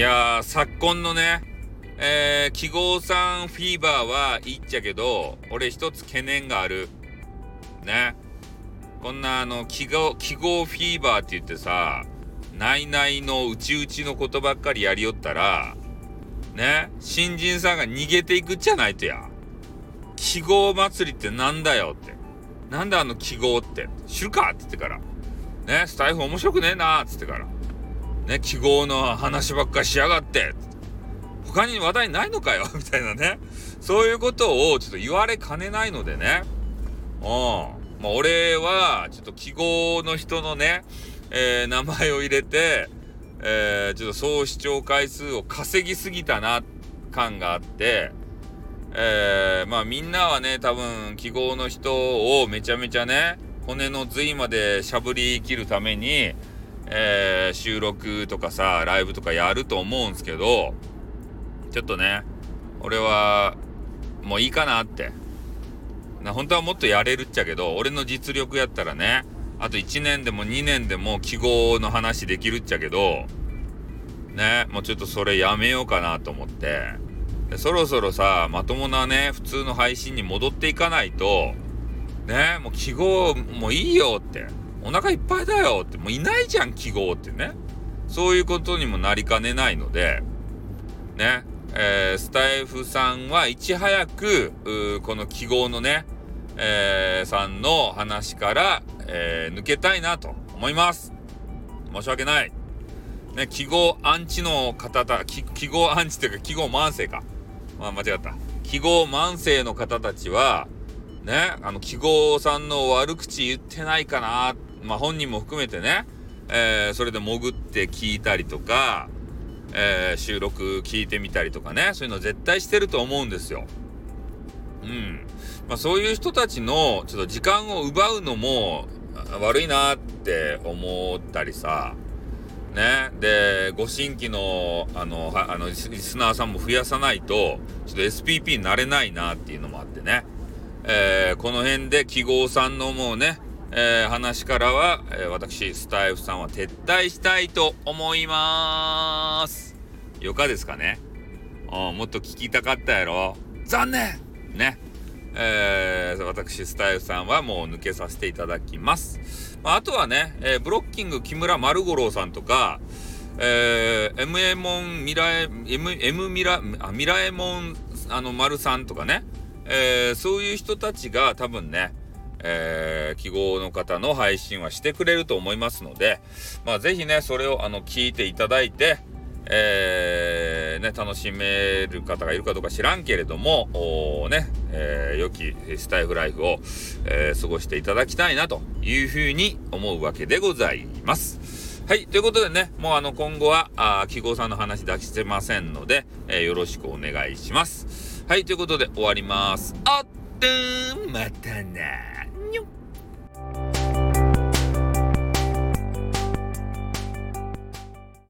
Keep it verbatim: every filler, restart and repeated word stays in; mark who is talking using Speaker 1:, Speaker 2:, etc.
Speaker 1: やー、昨今のね、えー、記号さんフィーバーはいいっちゃけど、俺一つ懸念がある。ね。こんなあの、記号、記号フィーバーって言ってさ、内々の内々のことばっかりやりよったら、ね、新人さんが逃げていくっちゃないとや。記号祭りってなんだよって。なんだあの記号って。知るかって言ってから。ね、スタイフ面白くねえなーって言ってから。ね、記号の話ばっかしやがって。他に話題ないのかよみたいなね。そういうことをちょっと言われかねないのでね。うん。まあ、俺は、ちょっと記号の人のね、えー、名前を入れて、えー、ちょっと総視聴回数を稼ぎすぎたな、感があって、えー、まあみんなはね、多分記号の人をめちゃめちゃね、骨の髄までしゃぶり切るために、えー、収録とかさ、ライブとかやると思うんすけど、ちょっとね、俺はもういいかなって。な、本当はもっとやれるっちゃけど、俺の実力やったらね、あといちねんでもにねんでも記号の話できるっちゃけど、ね、もうちょっとそれやめようかなと思って、でそろそろさ、まともなね、普通の配信に戻っていかないと、ね、もう記号もういいよって、お腹いっぱいだよって、もういないじゃん記号ってね、そういうことにもなりかねないので、ね、えー、スタイフさんはいち早くこの記号のね、えー、さんの話から、えー、抜けたいなと思います。申し訳ない。ね、記号アンチの方た、記号アンチというか記号慢性か。まあ間違った。記号慢性の方たちは、ね、あの記号さんの悪口言ってないかな。まあ本人も含めてね、えー、それで潜って聞いたりとか、えー、収録聞いてみたりとかね、そういうの絶対してると思うんですよ。うん。まあそういう人たちのちょっと時間を奪うのも悪いなって思ったりさ、ね。で、ご新規の、あの、はあのリスナーさんも増やさないと、ちょっと エスピーピー になれないなっていうのもあってね。えー、この辺で記号さんのもうね、えー、話からは、えー、私スタイフさんは撤退したいと思いまーす。よかですかね。うん、もっと聞きたかったやろ。残念ね。えー、私スタイフさんはもう抜けさせていただきます。まあ、あとはね、えー、ブロッキング木村丸五郎さんとか、えー、エムエモンミラエ M, M ミラあミラエモンあの丸さんとかね、えー、そういう人たちが多分ね、えー、記号の方の配信はしてくれると思いますので、まあぜひねそれをあの聞いていただいて、えー、ね楽しめる方がいるかどうか知らんけれどもね、えー、良きスタイフライフを、えー、過ごしていただきたいなというふうに思うわけでございます。はい、ということでね、もうあの今後はあ記号さんの話出してませんので、えー、よろしくお願いします。はい、ということで終わります。あってーまたなにょっ。